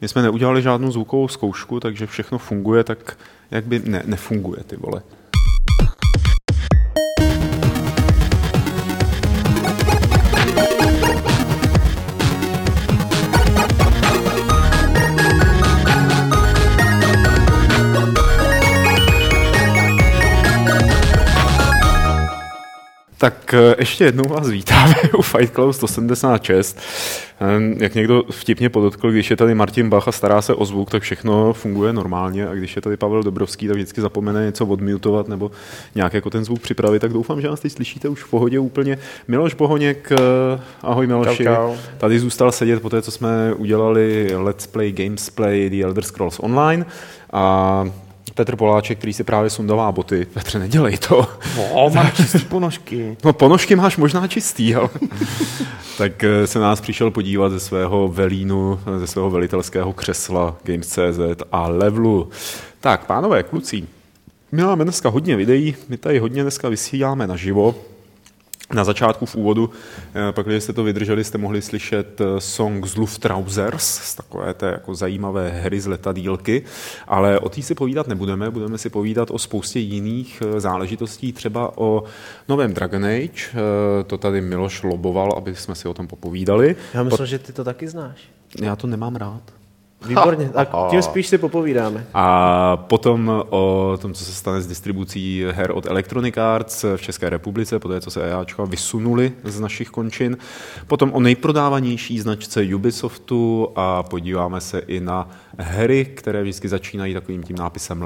My jsme neudělali žádnou zvukovou zkoušku, takže všechno funguje tak, jak by nefunguje, ty vole. Tak ještě jednou vás vítáme u Fight Club 176. Jak někdo vtipně podotkl, když je tady Martin Bach a stará se o zvuk, tak všechno funguje normálně, a když je tady Pavel Dobrovský, tak vždycky zapomene něco odmutovat nebo nějak jako ten zvuk připravit, tak doufám, že nás teď slyšíte už v pohodě úplně. Miloš Bohoněk, ahoj Miloši, čau. Tady zůstal sedět po té, co jsme udělali Let's Play Gamesplay The Elder Scrolls Online, a Petr Poláček, který si právě sundává boty. Petře, nedělej to. No, máš čistý ponožky. No, ponožky máš možná čistý, ale tak se nás přišel podívat ze svého velínu, ze svého velitelského křesla Games.cz a levelu. Tak, pánové, kluci, my máme dneska hodně videí, my tady hodně dneska vysíláme naživo. Na začátku v úvodu, pak když jste to vydrželi, jste mohli slyšet song z Luftrausers, z takové té jako zajímavé hry z letadýlky, ale o té si povídat nebudeme, budeme si povídat o spoustě jiných záležitostí, třeba o novém Dragon Age, to tady Miloš loboval, aby jsme si o tom popovídali. Já myslím, že ty to taky znáš. Já to nemám rád. Výborně, tak tím spíš si popovídáme. A potom o tom, co se stane s distribucí her od Electronic Arts v České republice, poté co se EAčka vysunuli z našich končin. Potom o nejprodávanější značce Ubisoftu a podíváme se i na hry, které vždycky začínají takovým tím nápisem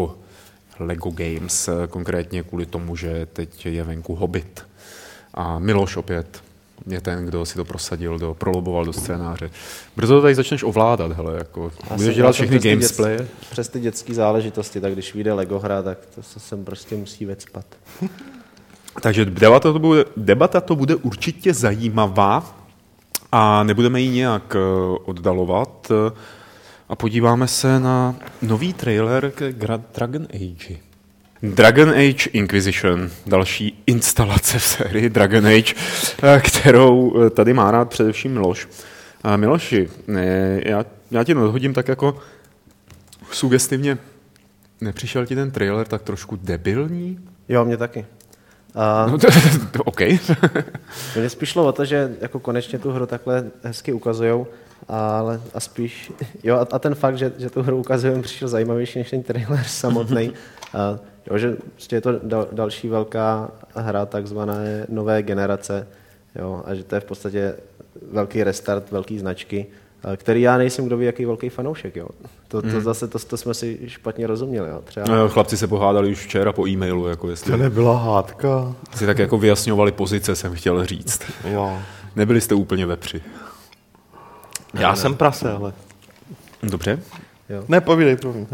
Lego Games, konkrétně kvůli tomu, že teď je venku Hobbit. A Miloš opět je ten, kdo si to prosadil, kdo proloboval do scénáře. Brzo to tady začneš ovládat, hele, jako budeš dělat všechny gamesplaye. Přes ty dětské záležitosti, tak když vyjde Lego hra, tak to se sem prostě musí vecpat. Takže debata to bude určitě zajímavá a nebudeme ji nějak oddalovat a podíváme se na nový trailer k Dragon Age. Dragon Age Inquisition, další instalace v sérii Dragon Age, kterou tady má rád především Miloš. Miloši, já ti nadhodím tak jako sugestivně. Nepřišel ti ten trailer tak trošku debilní? Jo, mě taky. No, OK. Mně spíš šlo o to, že jako konečně tu hru takhle hezky ukazujou, ale a spíš, jo, a ten fakt, že tu hru ukazujou, přišel zajímavější než ten trailer samotný. Jo, že prostě je to další velká hra takzvané nové generace, jo, a že to je v podstatě velký restart, velký značky, který já nejsem kdo ví, jaký velký fanoušek. Jo. To jsme si špatně rozuměli. Jo. Třeba... Chlapci se pohádali už včera po e-mailu. Jako jestli... To nebyla hádka. Si tak jako vyjasňovali pozice, jsem chtěl říct. Jo. Nebyli jste úplně vepři. Já jsem prase, ale... Dobře. Jo. Ne, povídej, promiň.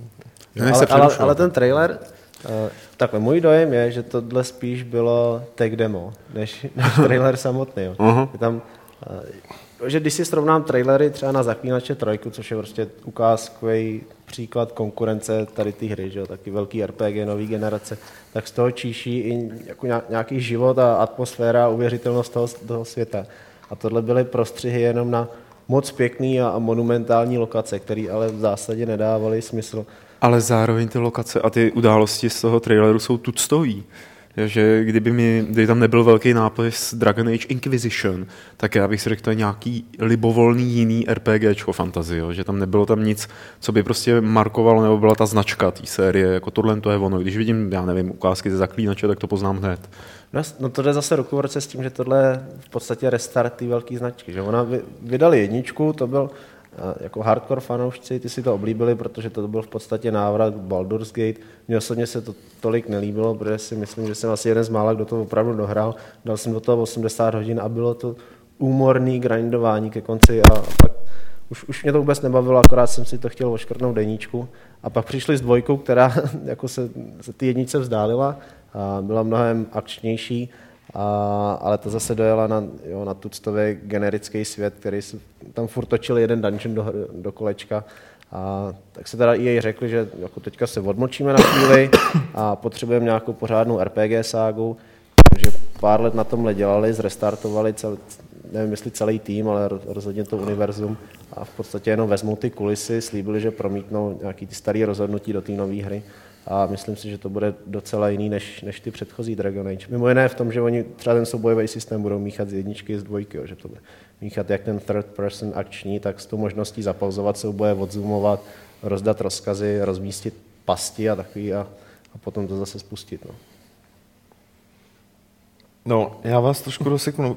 Ale ten trailer, takhle můj dojem je, že tohle spíš bylo tech demo, než trailer samotný. Jo. Uh-huh. Tam, že když si srovnám trailery třeba na Zaklínače 3, což je prostě ukázkový příklad konkurence tady té hry, že jo, taky velký RPG, nový generace, tak z toho číší i jako nějaký život a atmosféra a uvěřitelnost toho světa. A tohle byly prostřihy jenom na moc pěkný a monumentální lokace, které ale v zásadě nedávaly smysl. Ale zároveň ty lokace a ty události z toho traileru jsou tuctový. Že kdyby tam nebyl velký nápis Dragon Age Inquisition, tak já bych si řekl, to je nějaký libovolný jiný RPGčko fantasy, jo? Že tam nebylo tam nic, co by prostě markovalo, nebo byla ta značka té série, jako tohle to je ono. Když vidím, já nevím, ukázky ze Zaklínače, tak to poznám hned. No to jde zase ruku v ruce s tím, že tohle je v podstatě restart té velké značky. Že ona vydali jedničku, to byl jako hardcore fanoušci, ty si to oblíbili, protože to byl v podstatě návrat Baldur's Gate. Mně osobně se to tolik nelíbilo, protože si myslím, že jsem asi jeden z mála, kdo to opravdu dohrál. Dal jsem do toho 80 hodin a bylo to úmorný grindování ke konci a pak už mě to vůbec nebavilo, akorát jsem si to chtěl oškrtnout deníčku. A pak přišli s dvojkou, která jako se ty jednice vzdálila a byla mnohem akčnější. Ale to zase dojela na tuctový generický svět, který se tam furt točil jeden dungeon do kolečka. A tak se teda EA řekli, že jako teďka se odmlčíme na chvíli a potřebujeme nějakou pořádnou RPG ságu. Takže pár let na tomhle dělali, zrestartovali nevím, jestli celý tým, ale rozhodně to univerzum a v podstatě jenom vezmou ty kulisy, slíbili, že promítnou nějaký ty staré rozhodnutí do té nové hry a myslím si, že to bude docela jiný než ty předchozí Dragon Age. Mimo jiné v tom, že oni třeba ten soubojový systém budou míchat z jedničky, z dvojky, že to bude míchat jak ten third person akční, tak s tou možností zapauzovat souboje, odzoomovat, rozdat rozkazy, rozmístit pasti a takový a potom to zase spustit. No, já vás trošku rozseknu.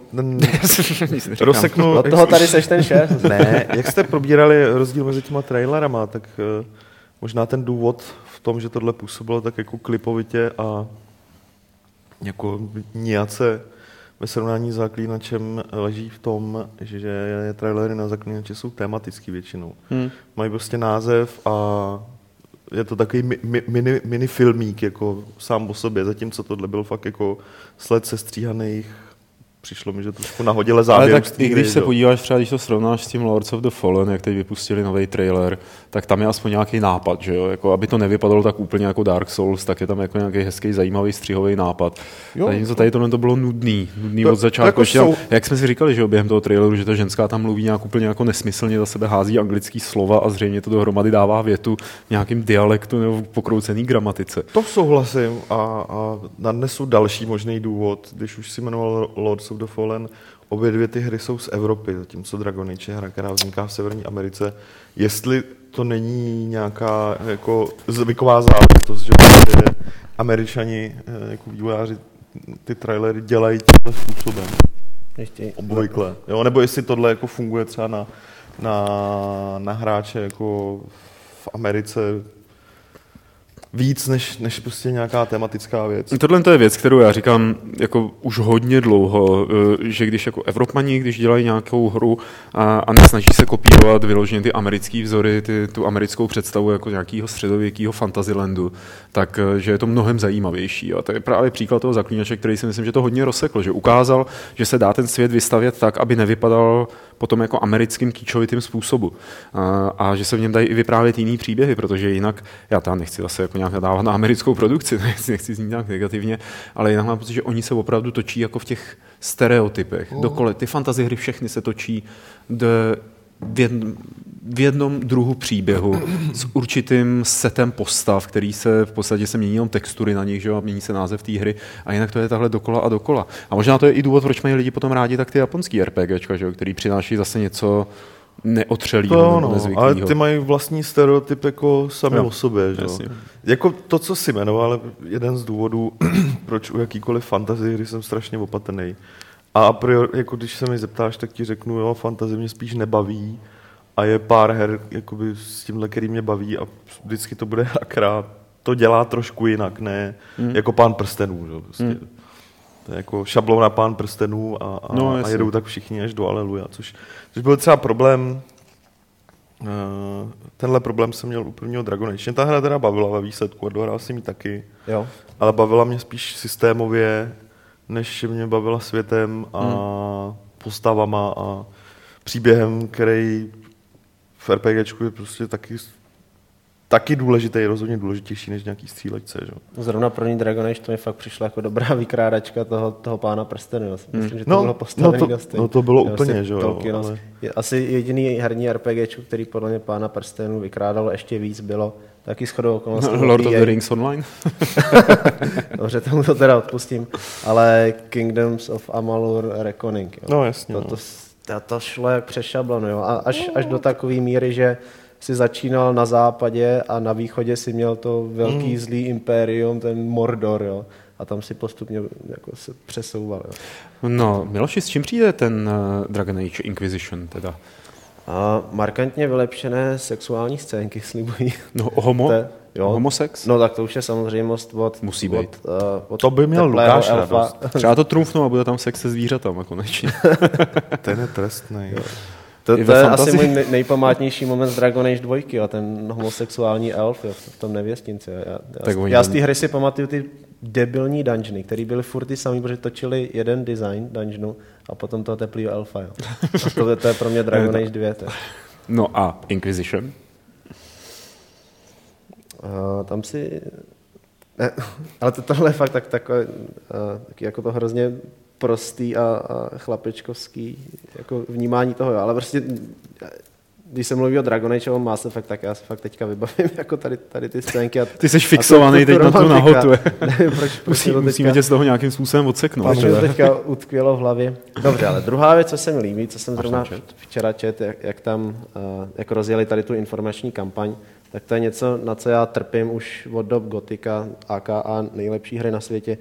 Od toho tady seš ten šéf. Ne, jak jste probírali rozdíl mezi těma trailerama, tak možná ten důvod v tom, že tohle působilo tak jako klipovitě a jako nijace ve srovnání s Zaklínačem leží v tom, že trailery na Zaklínače jsou tematický většinou. Mají prostě název a je to takový mini filmík jako sám o sobě, zatímco tohle byl fakt jako sled sestříhaných. Přišlo mi, že trošku nahodile záběr. Ale tak i když se podíváš třeba, když to srovnáš s tím Lords of the Fallen, jak teď vypustili nový trailer, tak tam je aspoň nějaký nápad, že jo? Jako, aby to nevypadalo tak úplně jako Dark Souls, tak je tam jako nějaký hezký, zajímavý střihový nápad. Tady tohle to bylo nudný od začátku. Jako jak jsme si říkali, že jo, během toho traileru, že ta ženská tam mluví nějak úplně jako nesmyslně, za sebe hází anglický slova a zřejmě to dohromady dává větu v nějakým dialektu nebo pokroucený gramatice. To souhlasím a nadnesu další možný důvod, když už si jmenoval Lords of the Fallen, obě dvě ty hry jsou z Evropy, zatímco Dragon Age je hra, která vzniká v Severní Americe. Jestli to není nějaká jako zvyková záležitost, že Američani jako vývojáři ty trailery dělají tímhle způsobem. Obvykle. Jo, nebo jestli tohle jako funguje třeba na hráče jako v Americe víc než prostě nějaká tematická věc. Tohle to je věc, kterou já říkám jako už hodně dlouho, že když jako Evropani, když dělají nějakou hru a nesnaží se kopírovat vyloženě ty americké vzory, tu americkou představu jako nějakého středověkého Fantasylandu, tak že je to mnohem zajímavější. A to je právě příklad toho Zaklínače, který si myslím, že to hodně rozsekl, že ukázal, že se dá ten svět vystavět tak, aby nevypadal potom jako americkým kýčovitým způsobu. A že se v něm dají i vyprávět jiný příběhy, protože jinak, já tam nechci zase jako nějak nadávat na americkou produkci, nechci znít nějak negativně, ale jinak mám pocit, že oni se opravdu točí jako v těch stereotypech. Dokola ty fantasy hry všechny se točí v jednom druhu příběhu s určitým setem postav, který se v podstatě se mění jenom textury na nich, že jo, a mění se název té hry a jinak to je takhle dokola a dokola. A možná to je i důvod, proč mají lidi potom rádi tak ty japonský RPGčka, že jo, který přináší zase něco neotřelýho nebo nezvyklýho. Ale ty mají vlastní stereotyp jako sami o sobě, že jo. Jako to, co jsi jmenoval, jeden z důvodů, proč u jakýkoliv fantasy hry jsem strašně opatrný. A priori, jako když se mi zeptáš, tak ti řeknu, jo, fantasy mě spíš nebaví a je pár her jakoby s tímhle, který mě baví a vždycky to bude hra, která to dělá trošku jinak, ne jako Pán prstenů, že? Prostě. To je jako šablona Pán prstenů a jedou tak všichni až do Aleluja, což byl třeba problém. Tenhle problém jsem měl u prvního Dragon Age. Mě ta hra teda bavila ve výsledku a dohrál jsem ji taky, jo. Ale bavila mě spíš systémově, než mě bavila světem a postavama a příběhem, který v RPGčku je prostě taky důležitý, rozhodně důležitější než nějaký střílečce. Že? Zrovna první Dragon Age to mi fakt přišla jako dobrá vykrádačka toho Pána prstenů. Myslím, že to bylo postavený dost. No to bylo úplně, že jo. Ale... Asi jediný herní RPGčku, který podle mě Pána prstenů vykrádalo ještě víc, bylo taky shodou okolností. Lord of the Rings Online? Dobře, tomu to teda odpustím. Ale Kingdoms of Amalur Reckoning. Jo. No jasně. To šlo jak přes šablonu. Jo. Až do takové míry, že si začínal na západě a na východě si měl to velký zlý impérium, ten Mordor, jo. A tam si postupně jako se přesouval. Jo. No, Miloši, s čím přijde ten Dragon Age Inquisition teda? A markantně vylepšené sexuální scénky slibují. No, homosex? No tak to už je samozřejmost musí být. To by měl Lukáš radost. Třeba to trumfnou a bude tam sex se zvířatama konečně. Ten je trestnej. To je asi můj nejpamátnější moment z Dragon Age 2, a ten homosexuální elf v tom nevěstinci. Já z té hry si pamatuju ty debilní dungeony, které byly furt ty samý, protože točili jeden design dungeonu a potom toho teplýho elfa. Jo. A to je pro mě Dragon Age 2. No a Inquisition? Tam si... Ne, ale tohle je fakt tak jako to hrozně prostý a chlapečkovský jako vnímání toho, jo. Ale prostě když se mluví o Dragon Age a Mass Effect, tak já se fakt teďka vybavím jako tady ty scénky. Ty jsi fixovaný teď na tu nahotu. Musíme tě z toho nějakým způsobem odseknout. To teďka utkvělo v hlavě. Dobře, ale druhá věc, co se mi líbí, co jsem zrovna včera čet, jak tam jak rozjeli tady tu informační kampaň, tak to je něco, na co já trpím už od dob Gothica, aka nejlepší hry na světě.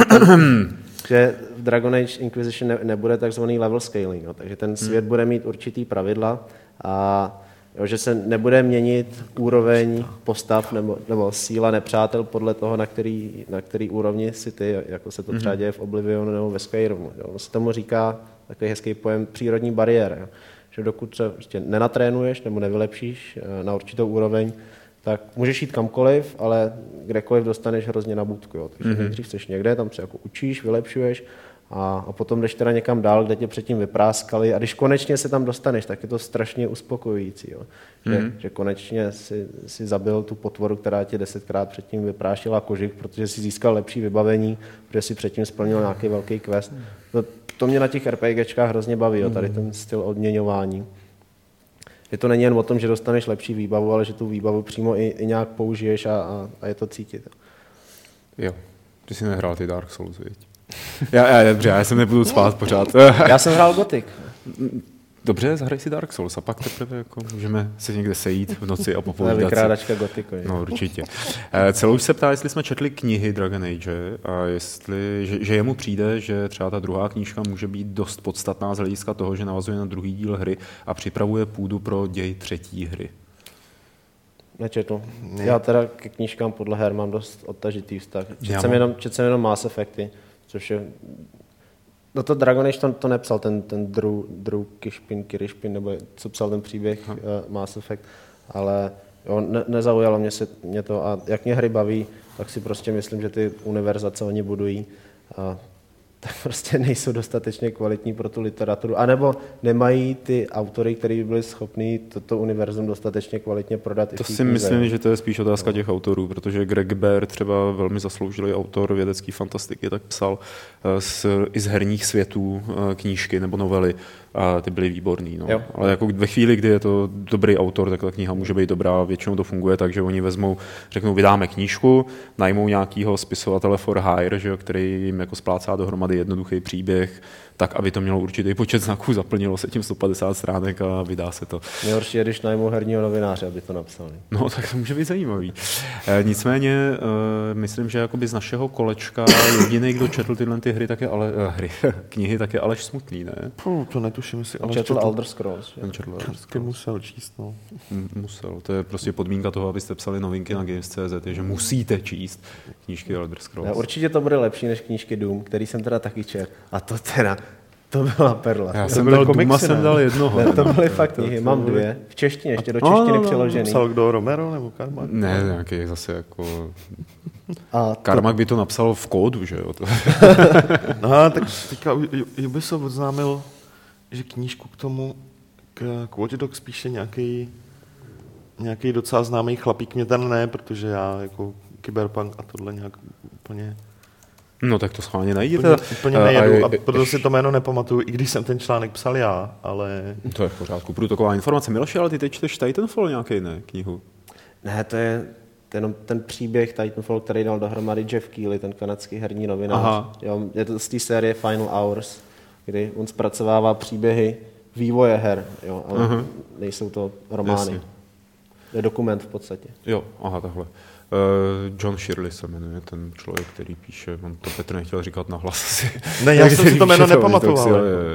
Že v Dragon Age Inquisition nebude takzvaný level scaling, no, takže ten svět bude mít určitý pravidla a jo, že se nebude měnit úroveň postav nebo síla nepřátel podle toho, na který úrovni si ty, jako se to třeba děje v Oblivionu nebo ve Skyrimu. Jo. Se tomu říká takový hezký pojem přírodní bariéra. Jo. Že dokud se prostě nenatrénuješ nebo nevylepšíš na určitou úroveň, tak můžeš jít kamkoliv, ale kdekoliv dostaneš hrozně na bůdku. Jo. Takže nejdřív chceš někde, tam se jako učíš, vylepšuješ a potom jdeš teda někam dál, kde tě předtím vypráskali a když konečně se tam dostaneš, tak je to strašně uspokojující. Jo. Že konečně si zabil tu potvoru, která tě 10krát předtím vyprášila kožich, protože si získal lepší vybavení, protože si předtím splnil nějaký velký quest. To mě na těch RPGčkách hrozně baví, jo, tady ten styl odměňování. Že to není jen o tom, že dostaneš lepší výbavu, ale že tu výbavu přímo i nějak použiješ a je to cítit. Jo, ty jsi nehrál ty Dark Souls, viď? Já se nebudu spát pořád. Já jsem hrál Gothic. Dobře, zahraj si Dark Souls a pak teprve jako můžeme se někde sejít v noci a popovídat. Vykrádačka Gothiku. No určitě. Celou se ptá, jestli jsme četli knihy Dragon Age a jestli, že jemu přijde, že třeba ta druhá knížka může být dost podstatná z hlediska toho, že navazuje na druhý díl hry a připravuje půdu pro děj třetí hry. Nečetl. Já teda ke knížkám podle her mám dost odtažitý vztah. Četl jsem jenom Mass Effecty, což je... No to Dragon Age to nepsal ten Drew Kirišpin, nebo co psal ten příběh Mass Effect, ale jo, nezaujalo mě to a jak mě hry baví, tak si prostě myslím, že ty univerza, co oni budují, tak prostě nejsou dostatečně kvalitní pro tu literaturu, anebo nemají ty autory, kteří by byli schopní toto univerzum dostatečně kvalitně prodat. To si myslím, že to je spíš otázka těch autorů, protože Greg Bear, třeba velmi zasloužilý autor vědecké fantastiky, tak psal i z herních světů knížky nebo novely a ty byly výborný. No. Ale jako ve chvíli, kdy je to dobrý autor, tak ta kniha může být dobrá. Většinou to funguje tak, že oni řeknou, vydáme knížku, najmou nějakého spisovatele for hire, že, který jim jako splácá dohromady jednoduchý příběh, tak, aby to mělo určitý počet znaků, zaplnilo se tím 150 stránek a vydá se to. Nejhorší je, když najmou herního novináře, aby to napsali. No, tak to může být zajímavý. Nicméně, myslím, že jakoby z našeho kolečka jediný, kdo četl tyhle ty hry, tak je knihy, tak je Aleš Smutný, ne? To netuším, jestli Aleš četl Elder Scrolls. Ty musel číst, no. Musel, to je prostě podmínka toho, abyste psali novinky na Games.cz, že musíte číst knížky Elder Scrolls. Určitě to bude lepší než knížky Doom, který jsem teda taky četl. A to teda, to byla perla. Já jsem dal Dooma, jsem dal jednoho. Ne, to byly fakt knihy, mám dvě. V češtině, ještě do češtiny přeložený. Psal kdo, Romero nebo Carmack? Ne, nějaký zase jako... Carmack by to napsal v kódu, že jo? No, tak teďka Ubisoft oznámil, že knížku k tomu, k Watch Dogs spíše nějaký docela známý chlapík, mě ten ne, protože já jako Cyberpunk a tohle nějak úplně... No tak to schválně najděte. Úplně nejedu a proto si to jméno nepamatuju, i když jsem ten článek psal já, ale... To je v pořádku, průtoková informace. Miloši, ale ty teď čteš Titanfall nějaký, ne, knihu? Ne, to je jenom ten příběh Titanfall, který dal dohromady Jeff Keighley, ten kanadský herní novinář. Jo, je to z té série Final Hours, kdy on zpracovává příběhy vývoje her, jo, ale nejsou to romány. Jasně. To je dokument v podstatě. Jo, takhle. John Shirley se jmenuje ten člověk, který píše, on to Petr nechtěl říkat nahlas. Ne, já jsem si to jméno nepamatoval.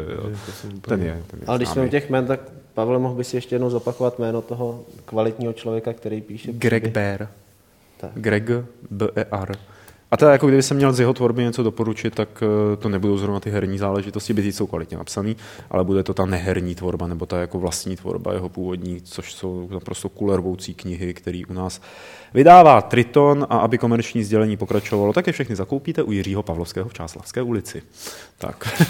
Ten je. Ale když jsme u těch jmen, tak Pavle, mohl by si ještě jednou zopakovat jméno toho kvalitního člověka, který píše? Greg Bear. Greg B-E-R. A teda jako kdyby jsem měl z jeho tvorby něco doporučit, tak to nebudou zrovna ty herní záležitosti, byť jsou kvalitně napsaný, ale bude to ta neherní tvorba, nebo ta jako vlastní tvorba jeho původní, což jsou naprosto kulervoucí knihy, který u nás vydává Triton, a aby komerční sdělení pokračovalo, tak je všechny zakoupíte u Jiřího Pavlovského v Čáslavské ulici. Tak.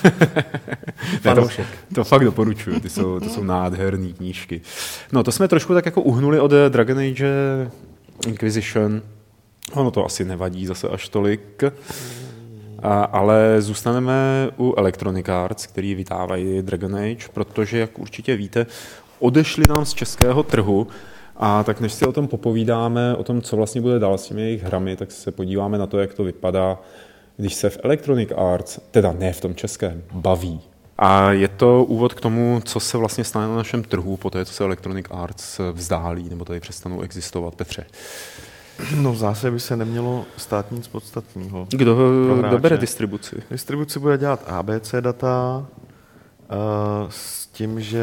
To fakt doporučuju, to jsou nádherný knížky. No to jsme trošku tak jako uhnuli od Dragon Age Inquisition. Ono to asi nevadí zase až tolik. Ale zůstaneme u Electronic Arts, který vydávají Dragon Age, protože, jak určitě víte, odešli nám z českého trhu. A tak než si o tom popovídáme, o tom, co vlastně bude dál s těmi jejich hrami, tak se podíváme na to, jak to vypadá, když se v Electronic Arts, teda ne v tom českém, baví. A je to úvod k tomu, co se vlastně stane na našem trhu, poté co se Electronic Arts vzdálí, nebo tady přestanou existovat. Petře. No v zásadě by se nemělo stát nic podstatného. Kdo bere distribuci? Distribuci bude dělat ABC Data s tím, že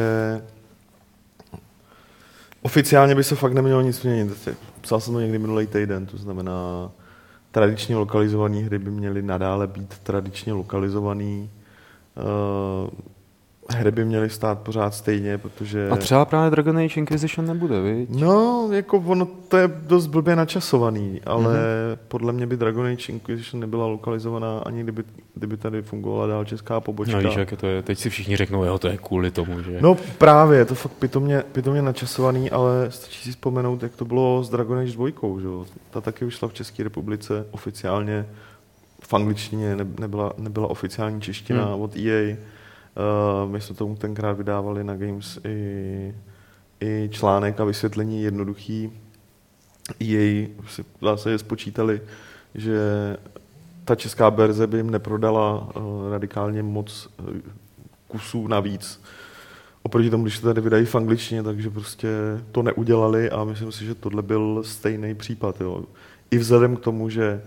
oficiálně by se fakt nemělo nic měnit. Psal jsem to někdy minulý týden, to znamená, tradičně lokalizované hry by měly nadále být tradičně lokalizované. Hry by měly stát pořád stejně, protože... A třeba právě Dragon Age Inquisition nebude, viď? No, jako ono to je dost blbě načasovaný, ale podle mě by Dragon Age Inquisition nebyla lokalizovaná, ani kdyby tady fungovala dál česká pobočka. No víš, jak to je. Teď si všichni řeknou, jo, to je kvůli tomu, že... No právě, je to fakt pitomně načasovaný, ale stačí si vzpomenout, jak to bylo s Dragon Age 2, že jo? Ta taky vyšla v České republice oficiálně, v angličtině nebyla oficiální čeština od EA. My jsme tomu tenkrát vydávali na Games i článek a vysvětlení jednoduchý. EA si zase spočítali, že ta česká verze by jim neprodala radikálně moc kusů navíc. Oproti tomu, když to tady vydají v angličtině, takže prostě to neudělali a myslím si, že tohle byl stejný případ. Jo. I vzhledem k tomu, že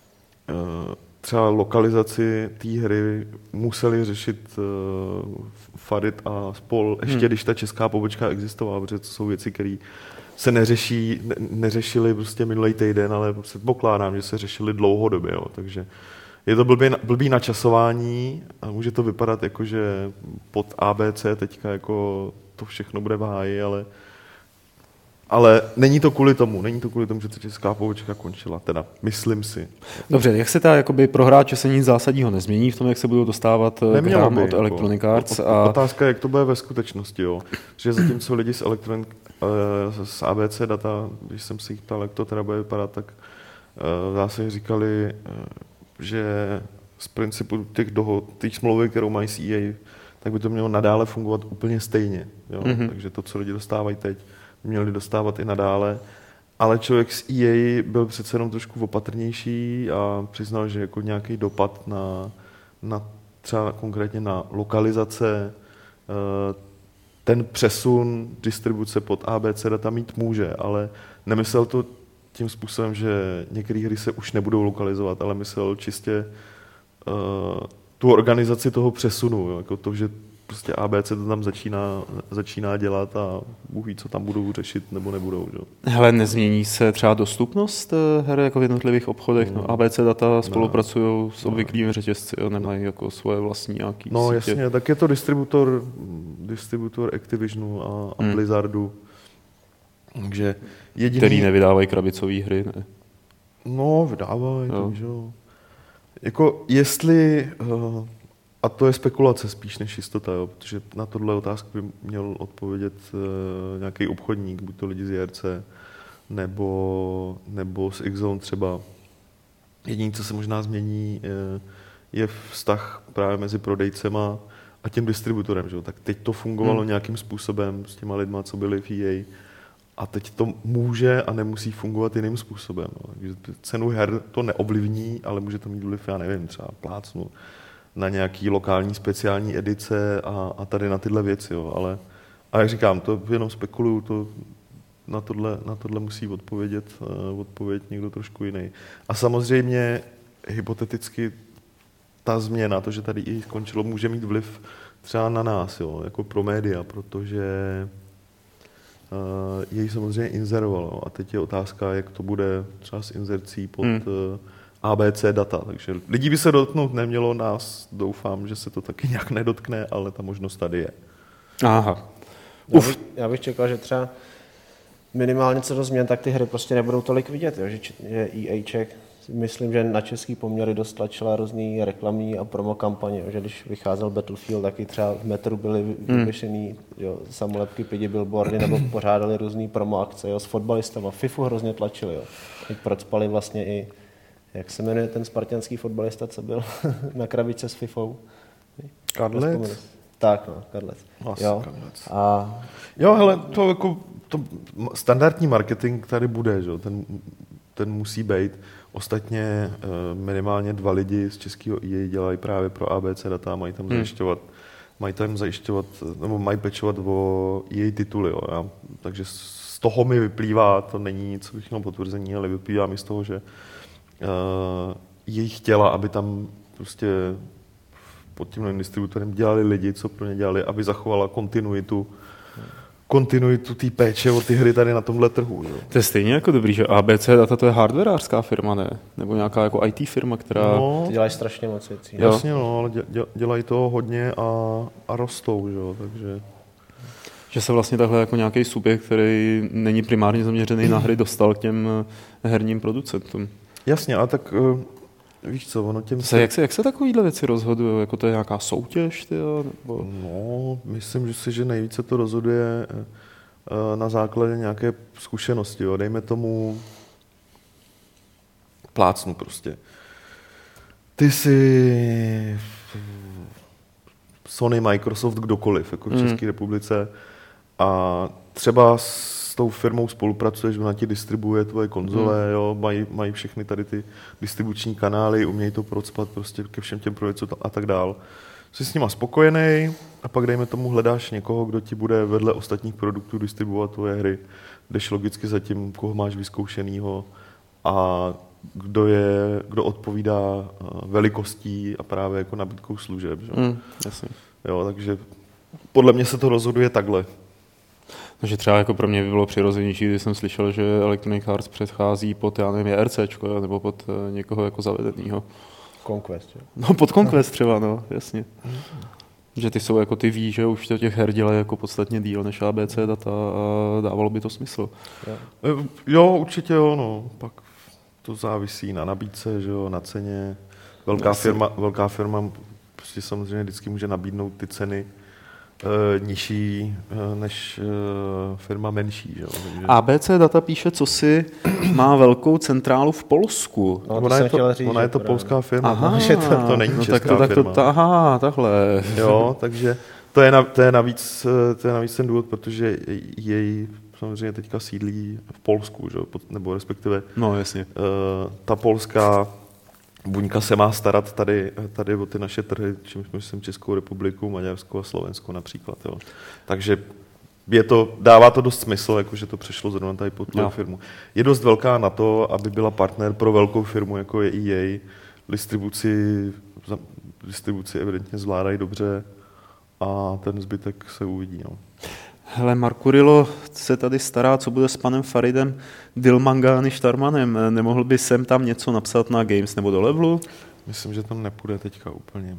třeba lokalizaci té hry museli řešit Farid a spol, ještě když ta česká pobočka existovala, protože to jsou věci, které se neřešily prostě minulý týden, ale prostě pokládám, že se řešily dlouhodobě. Jo. Takže je to blbý načasování a může to vypadat jako, že pod ABC teďka jako to všechno bude v háji, ale není to kvůli tomu, že ta česká pobočka končila, teda myslím si. Dobře, jak se ta jakoby pro hráče se nic zásadního nezmění v tom, jak se budou dostávat k hrám od Electronic Arts? Otázka je, jak to bude ve skutečnosti, jo. Že zatímco lidi z ABC Data, když jsem se jich ptal, jak to teda bude vypadat, tak zase říkali, že z principu těch dohod, těch smlouvy, kterou mají s EA, tak by to mělo nadále fungovat úplně stejně. Jo? Takže to, co lidi dostávají teď, měli dostávat i nadále. Ale člověk z EA byl přece jenom trošku opatrnější a přiznal, že jako nějaký dopad na třeba konkrétně na lokalizace, ten přesun distribuce pod ABC Data mít může, ale nemyslel to tím způsobem, že některé hry se už nebudou lokalizovat, ale myslel čistě tu organizaci toho přesunu, jo, jako to, že prostě ABC to tam začíná dělat a Bůh ví, co tam budou řešit nebo nebudou. Jo. Hele, nezmění se třeba dostupnost her jako v jednotlivých obchodech? No, ABC Data spolupracují s obvyklými řetězci, jo, nemají jako svoje vlastní nějaký No sítě. Jasně, tak je to distributor Activisionu a Blizzardu. Takže jediný... Který nevydávají krabicové hry, ne? No, vydávají, takže jo. Jako jestli... A to je spekulace spíš než jistota, jo, protože na tohle otázku by měl odpovědět nějaký obchodník, buď to lidi z JRC, nebo z X-Zone třeba. Jediné, co se možná změní, je vztah právě mezi prodejcema a tím distributorem. Že? Tak teď to fungovalo nějakým způsobem s těma lidma, co byli v EA, a teď to může a nemusí fungovat jiným způsobem. No. Takže cenu her to neovlivní, ale může to mít vliv, já nevím, třeba plácnu na nějaký lokální speciální edice a tady na tyhle věci. Jo. Ale jak říkám, to jenom spekuluju, to na tohle musí odpovědět někdo trošku jiný. A samozřejmě hypoteticky ta změna, to, že tady i skončilo, může mít vliv třeba na nás, jo, jako pro média, protože jej samozřejmě inzerovalo. A teď je otázka, jak to bude třeba s inzercí pod ABC Data. Takže lidí by se dotknout nemělo, nás doufám, že se to taky nějak nedotkne, ale ta možnost tady je. Aha. Já bych čekal, že třeba minimálně co do změn, tak ty hry prostě nebudou tolik vidět, jo? Že EAček, myslím, že na český poměry dost tlačila různý reklamní a promo kampaně, že když vycházel Battlefield, taky třeba v metru byly vyvěšený samolepky, pidi, billboardy, nebo pořádali různý promo akce, jo, s fotbalistama, FIFU hrozně tlačili, jo. Teď procpali vlastně Jak se jmenuje ten spartanský fotbalista, co byl na krabičce s FIFou? Kadlec? Tak, no, Kadlec. Jo. Jo, hele, to jako standardní marketing tady bude, že? Ten musí být. Ostatně minimálně 2 lidi z českého EA dělají právě pro ABC data, mají tam zajišťovat, nebo mají pečovat o EA tituly. Jo. Takže z toho mi vyplývá, to není nic všechno potvrzení, ale vyplývá mi z toho, že EA chtěla, aby tam prostě pod tím novým distributorem dělali lidi, co pro ně dělali, aby zachovala kontinuitu té péče o ty hry tady na tomhle trhu. Jo. To je stejně jako dobrý, že ABC Data to je hardwareářská firma, ne? Nebo nějaká jako IT firma, která... No, ty dělají strašně moc věcí. Jasně, no, ale dělají toho hodně a rostou, jo, takže... Že se vlastně takhle jako nějaký subjekt, který není primárně zaměřený na hry, dostal k těm herním producentům. Jasně, a tak víš co, ono těm... Jak se takovýhle věci rozhodují? Jako to je nějaká soutěž? Nebo... No, myslím, že nejvíce to rozhoduje na základě nějaké zkušenosti. Jo. Dejme tomu plácnu prostě. Ty si Sony, Microsoft, kdokoliv, jako v České republice a třeba s tou firmou spolupracuješ, ona ti distribuuje tvoje konzole, jo, mají všechny tady ty distribuční kanály, umějí to procpat prostě ke všem těm projektům a tak dál. Jsi s nima spokojený a pak dejme tomu hledáš někoho, kdo ti bude vedle ostatních produktů distribuovat tvoje hry, jdeš logicky za tím, koho máš vyzkoušenýho a kdo odpovídá velikostí a právě jako nabídkou služeb. Že? Jasně. Jo, takže podle mě se to rozhoduje takhle. Takže třeba jako pro mě by bylo přirozenější, když jsem slyšel, že Electronic Arts předchází pod, já nevím, ERCčko, nebo pod někoho jako zavedenýho. Conquest, jo? No pod Conquest třeba, no, jasně. Že ty jsou jako ty ví, že už to těch her dělají jako podstatně díl než ABC Data a dávalo by to smysl. Jo, určitě jo, no. Pak to závisí na nabídce, že jo, na ceně. Velká firma prostě samozřejmě vždycky může nabídnout ty ceny nižší než firma menší. Že? Takže... ABC Data píše, co si má velkou centrálu v Polsku. No, ona je to polská firma. Aha, to není česká firma. Aha, takhle. Jo, takže to je navíc ten důvod, protože jej samozřejmě teďka sídlí v Polsku, že? Nebo respektive no, jasně. Ta polská buňka se má starat tady o ty naše trhy, čímž myslím Českou republiku, Maďarskou a Slovenskou například. Jo. Takže dává to dost smysl, jako že to přešlo zrovna tady pod tu firmu. Je dost velká na to, aby byla partner pro velkou firmu, jako je EA. Distribuci evidentně zvládají dobře a ten zbytek se uvidí. No. Hele, Markurilo se tady stará, co bude s panem Faridem Dilmangani Štarmanem. Nemohl by sem tam něco napsat na Games nebo do Levelu? Myslím, že tam nepůjde teďka úplně.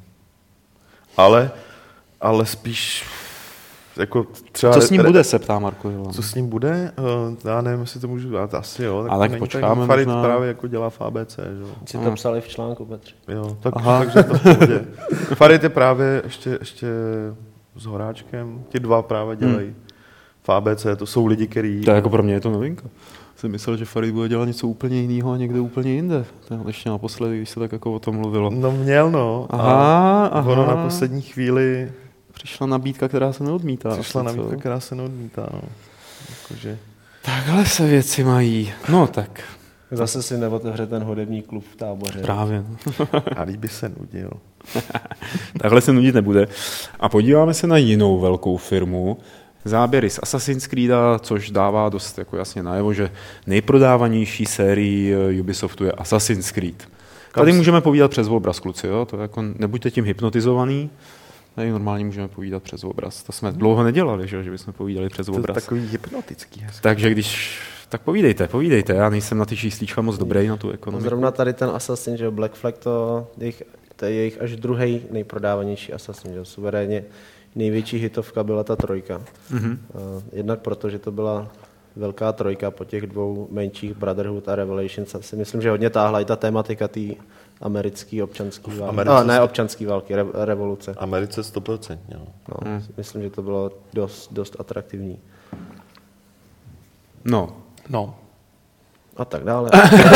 Ale spíš jako třeba... Co s ním bude, se ptá Markurilo. Co s ním bude? Já nevím, jestli to můžu dát, asi jo. Tak ale počkáme Farid možná... právě jako dělá v ABC, že? Si to psali v článku, Petře. Jo, takže to v pohodě. Farid je právě ještě s Horáčkem, ti dva právě dělají v ABC, to jsou lidi, který... To je jako pro mě je to novinka. Jsem myslel, že Farid bude dělat něco úplně jiného a někde úplně jinde. To ještě naposledy, když se tak jako o tom mluvilo. No měl, no. Aha. Ono na poslední chvíli... Přišla nabídka, která se neodmítá. Která se neodmítá, no. Jakože... Takhle se věci mají. No tak. Zase si neotevře ten hudební klub v Táboře. Právě. A líbí se nudil. Takhle se nudit nebude. A podíváme se na jinou velkou firmu. Záběry z Assassin's Creeda, což dává dost jako jasně najevo, že nejprodávanější sérii Ubisoftu je Assassin's Creed. Tady můžeme povídat přes obraz, kluci, jo? To jako nebuďte tím hypnotizovaný. Tady normálně můžeme povídat přes obraz. To jsme dlouho nedělali, že bychom povídali přes obraz. To je takový hypnotický. Takže tak povídejte. Já nejsem na ty číslíčka moc dobrý na tu ekonomiku. Zrovna tady ten Assassin, že Black Flag, to je jejich až druhý nejprodávanější Assassin, že suverénně největší hitovka byla ta 3. Mm-hmm. Jednak proto, že to byla velká 3 po těch 2 menších Brotherhood a Revelations. Si myslím, že hodně táhla i ta tematika té americké občanské války. Občanské války, revoluce. Americe 100%. Jo. No, myslím, že to bylo dost atraktivní. No. A tak dále.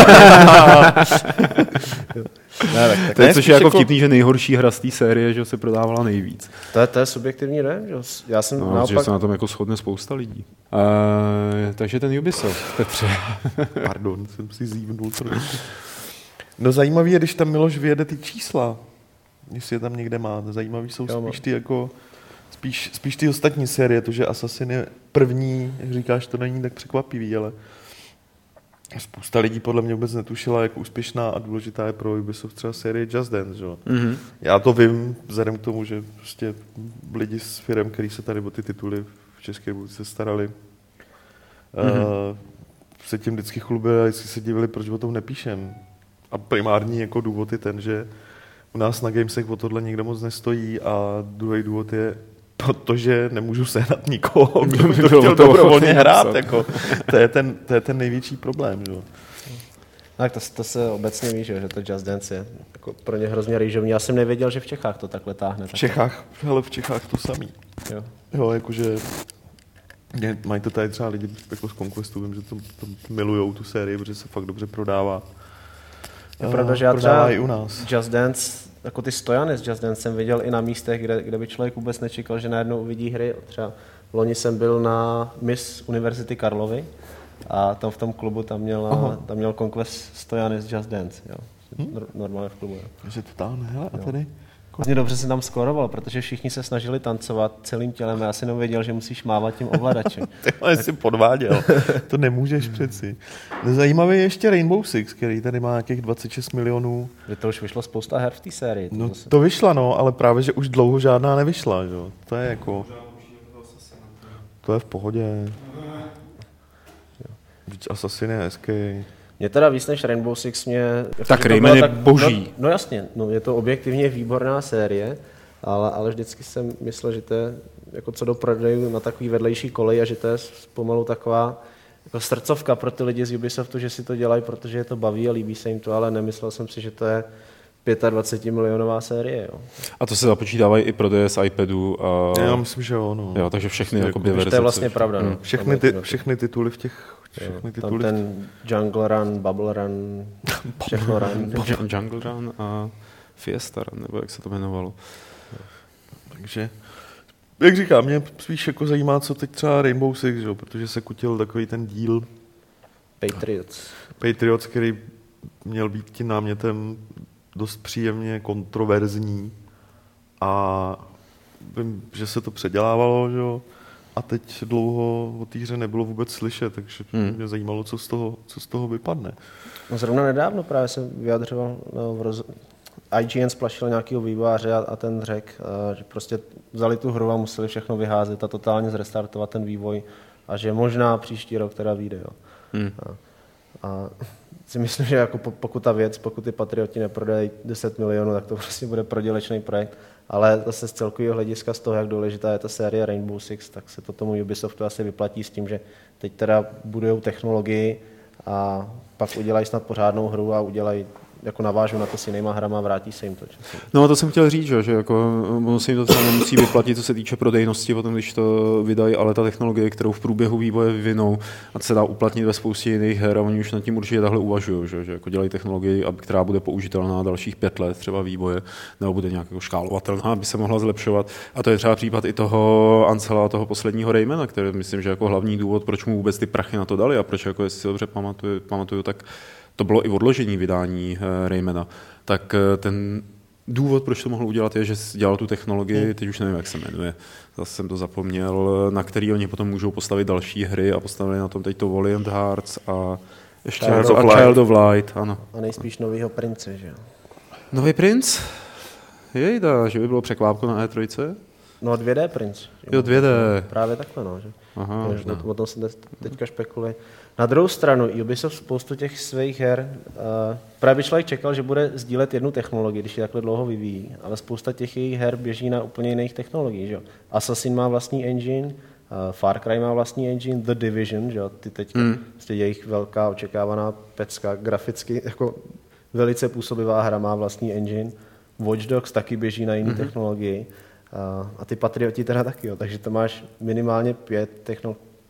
Ne, to je což je jako vtipný, že nejhorší hra z té série, že se prodávala nejvíc. To je subjektivní, ne? Já jsem naopak... že se na tom jako shodne spousta lidí. Takže ten Ubisoft, Petře. Pardon, jsem si zívnul. No zajímavý je, když tam Miloš vyjede ty čísla, jestli je tam někde má. Zajímavý jsou spíš ty jako... Spíš ty ostatní série, to, že Assassin je první, jak říkáš, to není tak překvapivý, ale spousta lidí podle mě vůbec netušila, jak úspěšná a důležitá je pro Ubisoft třeba série Just Dance. Že? Mm-hmm. Já to vím, vzhledem k tomu, že prostě lidi z firem, který se tady o ty tituly v České republice starali, se tím vždycky chlubili a vždycky se divili, proč o tom nepíšem. A primární jako důvod je ten, že u nás na Gamesech o tohle nikdo moc nestojí a druhý důvod je, protože nemůžu sehnat nikoho, kdo by to chtěl dobrovolně hrát. Jako. To je ten největší problém. Že? Tak to se obecně ví, že to Just Dance je jako pro ně hrozně rýžovný. Já jsem nevěděl, že v Čechách to takhle táhne. V Čechách to samý. Jo, jakože mají to tady třeba lidi jako z Conquestu, vím, že to milujou tu sérii, protože se fakt dobře prodává. Je pravda, že já třeba i u nás. Just Dance, jako ty stojany z Just Dance jsem viděl i na místech, kde by člověk vůbec nečekal, že najednou uvidí hry. Třeba loni jsem byl na Miss Univerzity Karlovy a tam v tom klubu tam měl Conquest stojany z Just Dance. Jo. Normálně v klubu. Že to táhne, hele, a tady? Hodně dobře se tam skóroval, protože všichni se snažili tancovat celým tělem. Já jsem nevěděl, že musíš mávat tím ovladačem. Tyhle jsi podváděl. To nemůžeš přeci. Zajímavý je ještě Rainbow Six, který tady má nějakých 26 milionů. To už vyšlo spousta her v té sérii. No to vyšla, no, ale právě, že už dlouho žádná nevyšla. Že? To je jako... To je v pohodě. Assassin je hezký. Mě teda víc než Rainbow Six tak Rayman je boží. No jasně, je to objektivně výborná série, ale vždycky jsem myslel, že to je jako co do prodejů na takový vedlejší kolej a že to je pomalu taková jako srdcovka pro ty lidi z Ubisoftu, že si to dělají, protože je to baví a líbí se jim to, ale nemyslel jsem si, že to je 25 milionová série. Jo. A to se započítávají i prodeje z iPadu. A... Já myslím, že jo. No. Jo, takže všechny jakoby verze. To je vlastně pravda. No. Všechny tituly v těch... Tam ten Jungle Run, Bubble Run, všechno Run. Jungle Run a Fiesta Run, nebo jak se to jmenovalo. Takže, jak říkám, mě spíš jako zajímá, co teď třeba Rainbow Six, že? Protože se kutil takový ten díl Patriots, který měl být tím námětem dost příjemně kontroverzní a vím, že se to předělávalo, že? A teď dlouho o té hře nebylo vůbec slyšet, takže mě zajímalo, co z toho vypadne. No zrovna nedávno právě se vyjadřoval, IGN splašil nějakého vývojáře a ten řekl, že prostě vzali tu hru a museli všechno vyházet a totálně zrestartovat ten vývoj a že možná příští rok teda vyjde. Jo. A si myslím, že jako pokud ty Patrioti neprodají 10 milionů, tak to prostě bude prodělečný projekt. Ale zase z celkového hlediska, z toho, jak důležitá je ta série Rainbow Six, tak se to tomu Ubisoftu asi vyplatí s tím, že teď teda budujou technologii a pak udělají snad pořádnou hru a udělají, jako navážu na to s jinýma hrama a vrátí se jim to. No a to jsem chtěl říct, že jako ono se jim to třeba nemusí vyplatit, co se týče prodejnosti, potom když to vydají, ale ta technologie, kterou v průběhu vývoje vyvinou a se dá uplatnit ve spoustě jiných her a oni už nad tím určitě takhle uvažují, že jako dělají technologii, která bude použitelná dalších 5 let třeba vývoje, nebo bude nějak jako škálovatelná, aby se mohla zlepšovat. A to je třeba případ i toho Ancela, toho posledního Raymana, který myslím, že jako hlavní důvod, proč mu vůbec ty prachy na to dali a proč, jako jestli si dobře pamatuju, tak to bylo i odložení vydání Raymana, tak ten důvod, proč to mohl udělat, je, že dělal tu technologii, teď už nevím, jak se jmenuje, zase jsem to zapomněl, na který oni potom můžou postavit další hry a postavili na tom teď to Valiant Hearts a ještě Child of Light, ano. A nejspíš novýho Prince, že jo? Nový Prince? Jejda, že by bylo překvápko na E3? No 2D Prince. Jo, 2D. Právě takhle, no. Že? Aha, o tom se teďka spekuluje. Na druhou stranu, Ubisoft spoustu těch svých her, právě by člověk čekal, že bude sdílet jednu technologii, když je takhle dlouho vyvíjí, ale spousta těch jejich her běží na úplně jiných technologií. Že? Assassin má vlastní engine, Far Cry má vlastní engine, The Division, že? Ty teď prostě jejich velká očekávaná pecka, graficky jako velice působivá hra má vlastní engine, Watch Dogs taky běží na jiné technologii a ty Patrioti teda taky, jo. Takže to máš minimálně 5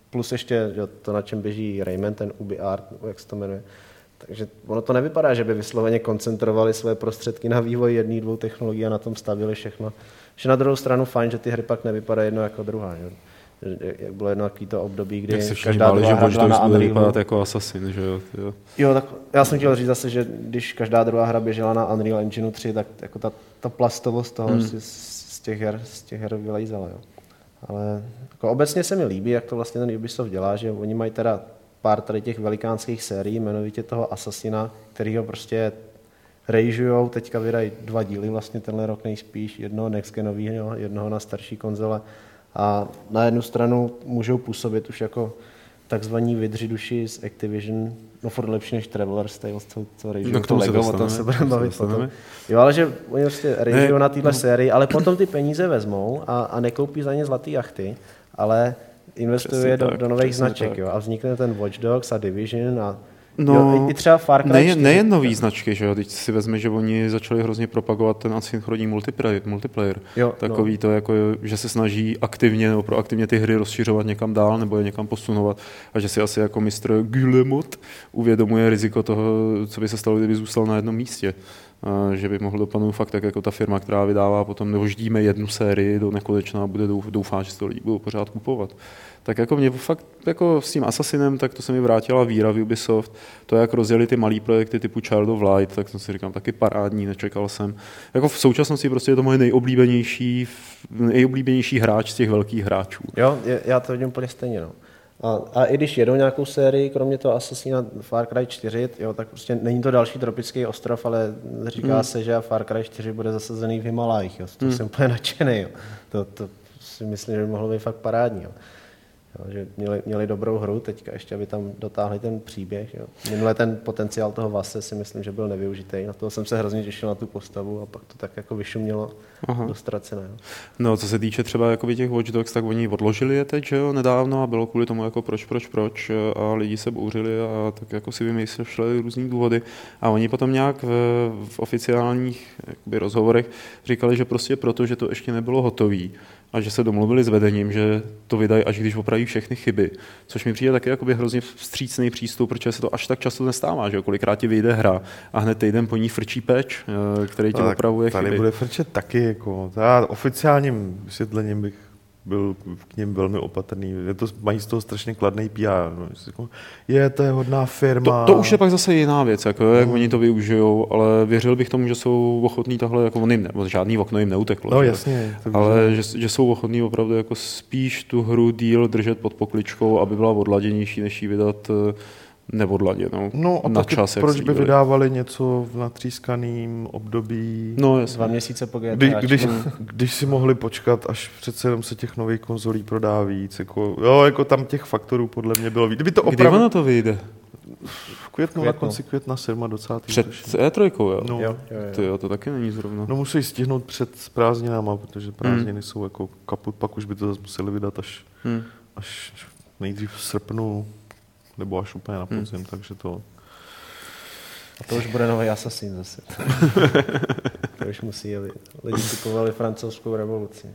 plus ještě to, na čem běží Rayman, ten UbiArt, jak se to jmenuje. Takže ono to nevypadá, že by vysloveně koncentrovali své prostředky na vývoj jedné, dvou technologií a na tom stavili všechno. Že na druhou stranu fajn, že ty hry pak nevypadají jedno jako druhá. Že? Jak bylo jedno takový to období, kdy každá druhá hra byla na Unrealu. Vypadat jako Assassin, že jo? Jo, tak já jsem chtěl říct zase, že když každá druhá hra běžela na Unreal Engine 3, tak jako ta plastovost toho z těch her vylejzala. Jo. Ale jako obecně se mi líbí, jak to vlastně ten Ubisoft dělá, že oni mají teda pár tady těch velikánských sérií, jmenovitě toho Assassina, kterýho prostě rejžujou, teďka vydají 2 díly vlastně tenhle rok nejspíš, jednoho next-genovýho, jednoho na starší konzole. A na jednu stranu můžou působit už jako takzvaní vydřiduši z Activision, no furt lepší než Traveler's Tales, co rejžujou to Lego, o tom se budeme bavit potom. Jo, ale že oni prostě rejžujou na téhle sérii, ale potom ty peníze vezmou a nekoupí za ně zlatý jachty, ale investuje do nových značek, jo, a vznikne ten Watch Dogs a Division a i třeba Far Cry 4. Nejen nový značky, že jo, teď si vezme, že oni začali hrozně propagovat ten asynchronní multiplayer. Takový to, jako, že se snaží aktivně nebo proaktivně ty hry rozšiřovat někam dál nebo je někam posunovat a že si asi jako mistr Guillemot uvědomuje riziko toho, co by se stalo, kdyby zůstal na jednom místě. Že by mohl dopadnout fakt tak jako ta firma, která vydává potom, nevoždíme jednu sérii do nekonečna a bude doufat, že si to lidi budou pořád kupovat. Tak jako mě fakt jako s tím Assassinem, tak to se mi vrátila víra v Ubisoft. To, jak rozjeli ty malý projekty typu Child of Light, tak to si říkám taky parádní, nečekal jsem. Jako v současnosti prostě je to moje nejoblíbenější hráč z těch velkých hráčů. Jo, já to vidím úplně stejně, no. A i když jedou nějakou sérii, kromě toho Assassina Far Cry 4, jo, tak prostě není to další tropický ostrov, ale říká se, že Far Cry 4 bude zasazený v Himalajích. Jo. To jsem úplně nadšený. Jo. To si myslím, že by mohlo být fakt parádní. Jo. Jo, že měli dobrou hru, teďka ještě, aby tam dotáhli ten příběh. Jo. Minule ten potenciál toho Vase si myslím, že byl nevyužitý. Na toho jsem se hrozně těšil na tu postavu a pak to tak jako vyšumělo do ztracené. Jo. No, co se týče třeba jakoby těch Watch Dogs, tak oni odložili je teď, že jo, nedávno a bylo kvůli tomu jako proč a lidi se bouřili a tak jako si vymýšleli různý důvody a oni potom nějak v oficiálních jakoby rozhovorech říkali, že prostě proto, že to ještě nebylo hotový, a že se domluvili s vedením, že to vydají, až když opraví všechny chyby. Což mi přijde taky jakoby hrozně vstřícný přístup, protože se to až tak často nestává, že kolikrát ti vyjde hra a hned týden po ní frčí patch, který ti opravuje chyby. Tady bude frčet taky, jako. Já oficiálním vysvětlením bych byl k něm velmi opatrný. Mají z toho strašně kladný PR. No. To je hodná firma. To už je pak zase jiná věc, jako, jak oni to využijou, ale věřil bych tomu, že jsou ochotní tahle, jako žádný okno jim neuteklo. No jasně. Ale že jsou ochotní opravdu jako spíš tu hru díl držet pod pokličkou, aby byla odladěnější, než ji vydat neodladěnou. No a na taky čas, proč by vydávali něco v natřískaném období? No, 2 měsíce po GTA. Když si mohli počkat, až přece jenom se těch nových konzolí prodá víc. Jako tam těch faktorů podle mě bylo víc. Kdy ono to vyjde? V květnu, na konci května 27. Před E3, jo? No. Jo, to taky není zrovna. No musí stihnout před prázdninama, protože prázdniny jsou jako kaput, pak už by to zase museli vydat až nejdřív v srpnu, nebo až úplně na podzim, takže to... A to už bude nový Assassin zase. To už musí, lidi kupovali francouzskou revoluci.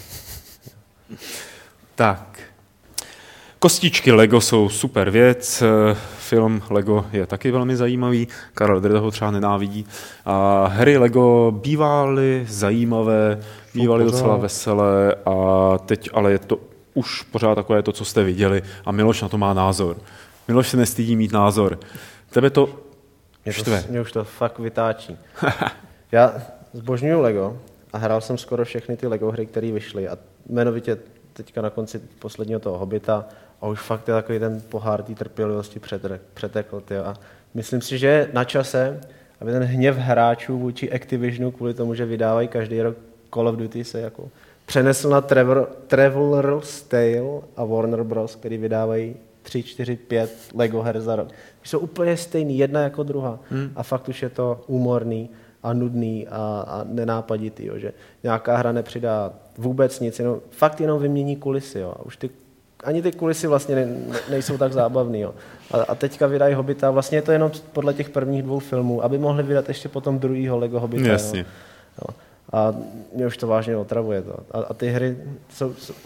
Tak. Kostičky Lego jsou super věc, film Lego je taky velmi zajímavý, Karel Drda ho třeba nenávidí. A hry Lego bývaly zajímavé, bývaly docela veselé a teď ale je to už pořád takové to, co jste viděli a Miloš na to má názor. Miloš se nestydí mít názor. Tebe to štve. Mě už to fakt vytáčí. Já zbožňuju Lego a hrál jsem skoro všechny ty Lego hry, které vyšly a jmenovitě teďka na konci posledního toho Hobita a už fakt je takový ten pohár té trpělivosti přetekl. A myslím si, že je na čase, aby ten hněv hráčů vůči Activisionu kvůli tomu, že vydávají každý rok Call of Duty se jako přenesl na Traveler's Tale a Warner Bros., který vydávají 3, 4, 5 Lego her za rok. Jsou úplně stejný, jedna jako druhá. A fakt už je to úmorný a nudný a nenápaditý, jo, že nějaká hra nepřidá vůbec nic, jenom vymění kulisy. Jo, a už ani ty kulisy vlastně nejsou tak zábavný. Jo. A teďka vydají Hobita, vlastně je to jenom podle těch prvních 2 filmů, aby mohli vydat ještě potom druhýho Lego Hobita. Jasně. Jo. A mě už to vážně otravuje. To. A ty hry jsou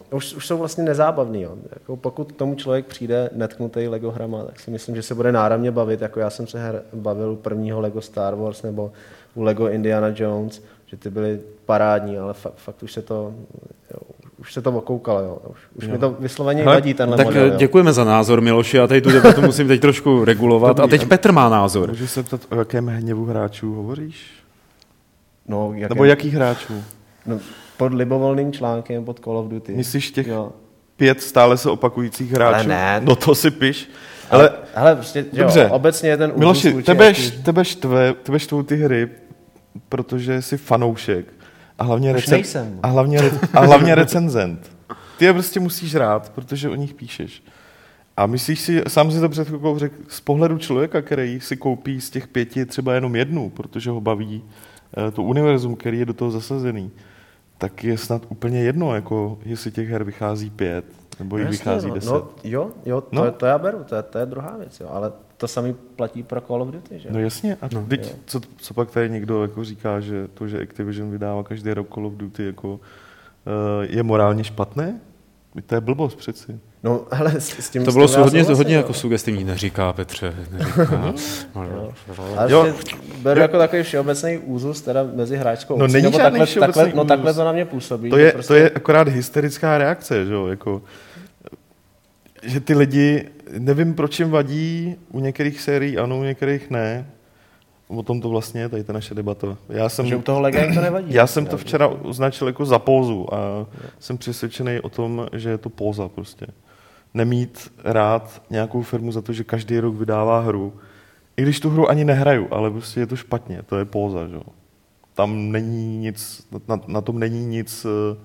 už jsou vlastně nezábavný. Jo. Jako pokud tomu člověk přijde netknutý Lego hrama, tak si myslím, že se bude náramně bavit, jako já jsem se bavil u prvního Lego Star Wars nebo u Lego Indiana Jones, že ty byly parádní, ale fakt už se to okoukalo. Jo. Už mi to vysloveně vadí tenhle tak model. Tak děkujeme za názor, Miloši, já tady tu debatu musím teď trošku regulovat. Dobrý, a teď Petr má názor. Můžu se ptat, o jakém hněvu hráčů hovoříš? No, nebo jakých hráčů? No, pod libovolným článkem, pod Call of Duty. Myslíš těch 5 stále se opakujících hráčů? Ale ne. No to si piš. Ale prostě, dobře. Jo, obecně je ten Miloši, tebe štvou ty hry, protože jsi fanoušek a hlavně recenzent. Ty je prostě musíš rád, protože o nich píšeš. A myslíš si, sám si to před chvilkou řekl, z pohledu člověka, který si koupí z těch 5 třeba jenom jednu, protože ho baví to univerzum, který je do toho zasazený, tak je snad úplně jedno, jako jestli těch her vychází 5, nebo jich vychází 10. To já beru, to je druhá věc, jo, ale to samý platí pro Call of Duty, že? No jasně, a teď, co pak tady někdo jako říká, že to, že Activision vydává každý rok Call of Duty, jako, je morálně špatné? To je blbost přeci. No, ale s tím to bylo hodně jako sugestivní, neříká Petře. Neříká. Ale beru jako takový všeobecný úzus teda mezi hráčskou obcí. No není žádný všeobecný úzus. No takhle to na mě působí. To je akorát hysterická reakce, že jo, jako, že ty lidi, nevím, proč jim vadí, u některých sérií ano, u některých ne. O tom to vlastně je tady ta naše debata. Že u toho Lega to nevadí. Já jsem to včera označil jako za pózu a jsem přesvědčený o tom, že je to póza prostě. Nemít rád nějakou firmu za to, že každý rok vydává hru. I když tu hru ani nehraju, ale prostě je to špatně. To je póza, že jo. Tam není nic, na tom není nic,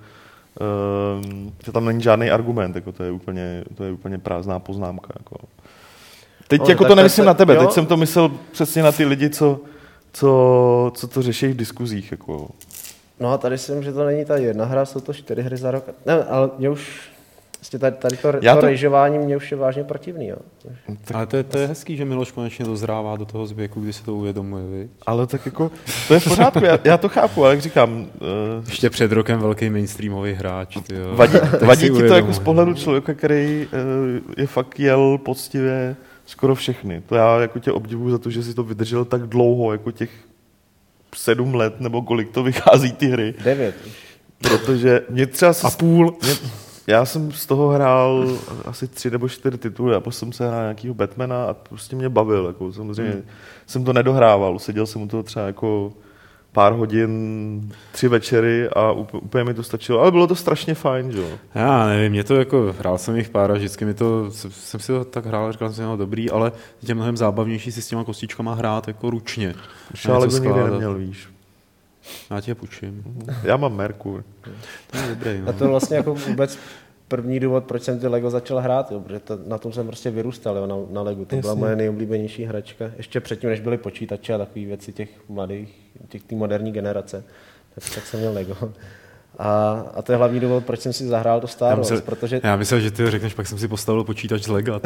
tam není žádný argument, jako to je úplně prázdná poznámka, jako. Teď jako to nemyslím na tebe, teď jsem to myslel přesně na ty lidi, co to řeší v diskuzích. Jako. No a tady si myslím, že to není ta jedna hra, jsou to 4 hry za rok. Ne, ale mě už, tady to rejžování mě už je vážně protivný. Jo. Ale to je hezký, že Miloš konečně dozrává do toho věku, kdy se to uvědomuje. Viď? Ale tak jako, to je v pořádku, já to chápu, ale jak říkám... Ještě před rokem velký mainstreamový hráč. Tyjo. Vadí ti to jako z pohledu člověka, který je fakt jel poctivě skoro všechny. To já jako tě obdivuju za to, že jsi to vydržel tak dlouho, jako těch 7 let, nebo kolik to vychází ty hry. 9. Protože mě třeba... Já jsem z toho hrál asi 3 nebo 4 tituly a potom jsem se hrál nějakýho Batmana a prostě mě bavil. Jako, samozřejmě jsem to nedohrával, seděl jsem u toho třeba jako pár hodin, 3 večery a úplně mi to stačilo, ale bylo to strašně fajn, že jo. Já nevím, mě to jako, hrál jsem jich pár a vždycky jsem si to tak hrál, říkal jsem, dobrý, ale je mnohem zábavnější si s těma kostičkama hrát jako ručně. Ale to nikdy neměl, víš. Já tě půjčím. Já mám Merkur. To je dobrý, no. A to vlastně jako vůbec první důvod, proč jsem ty Lego začal hrát, jo, protože na tom jsem prostě vyrůstal, jo, na Legu. To byla moje nejoblíbenější hračka. Ještě předtím, než byly počítače a takové věci těch mladých, té moderní generace, tak jsem měl Lego. A to je hlavní důvod, proč jsem si zahrál to Star Wars, protože... Já myslel, že ty řekneš, pak jsem si postavil počítač z Lega.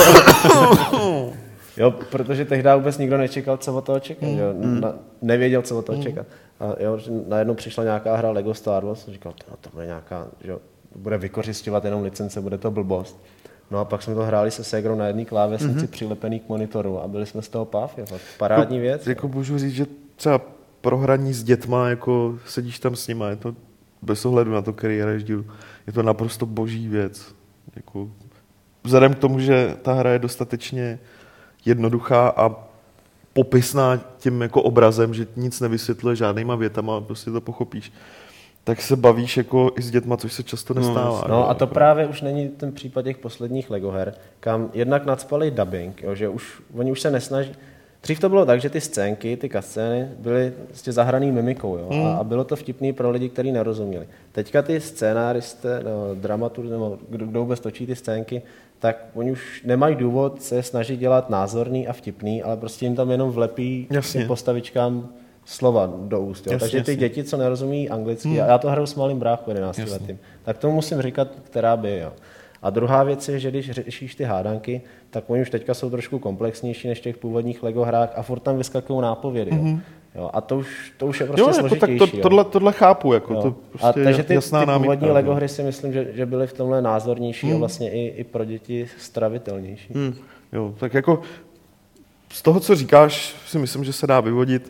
Jo, protože tehdy vůbec nikdo nečekal, co od toho čekat. Nevěděl, co od toho čekat. A jo, najednou přišla nějaká hra Lego Star Wars a říkal, to bude nějaká, že bude vykořisťovat jenom licence, bude to blbost. No a pak jsme to hráli se Segrou na jedné klávesnici přilepený k monitoru a byli jsme z toho páv, je parádní věc. Jako můžu říct, že třeba pro hraní s dětma, jako sedíš tam s nima, je to bez ohledu na to, který hraješ díl, je to naprosto boží věc. Jako, vzhledem k tomu, že ta hra je dostatečně jednoduchá a popisná tím jako obrazem, že nic nevysvětluje žádnýma větama, prostě to pochopíš, tak se bavíš jako i s dětma, což se často nestává. No a to právě už není ten případ těch posledních Lego her, kam jednak nacpali dubbing, jo, že oni už se nesnaží. Dřív to bylo tak, že ty scénky, ty cutscény byly vlastně zahraný mimikou, jo, a bylo to vtipný pro lidi, kteří nerozuměli. Teďka ty scénáristé, dramaturgi, nebo kdo vůbec točí ty scénky, tak oni už nemají důvod se snažit dělat názorný a vtipný, ale prostě jim tam jenom vlepí těm postavičkám slova do úst. Jo. Takže ty děti, co nerozumí anglicky, a já to hraju s malým bráchou 11 letým, tak tomu musím říkat, která by, jo. A druhá věc je, že když řešíš ty hádanky, tak oni už teďka jsou trošku komplexnější než v těch původních Lego hrách a furt tam vyskakují nápovědy. Jo. Jo, a to už je prostě složitější. Tak tohle chápu, jako to prostě a takže ty původní Lego hry si myslím, že byly v tomhle názornější a vlastně i pro děti stravitelnější. Jo, tak jako z toho, co říkáš, si myslím, že se dá vyvodit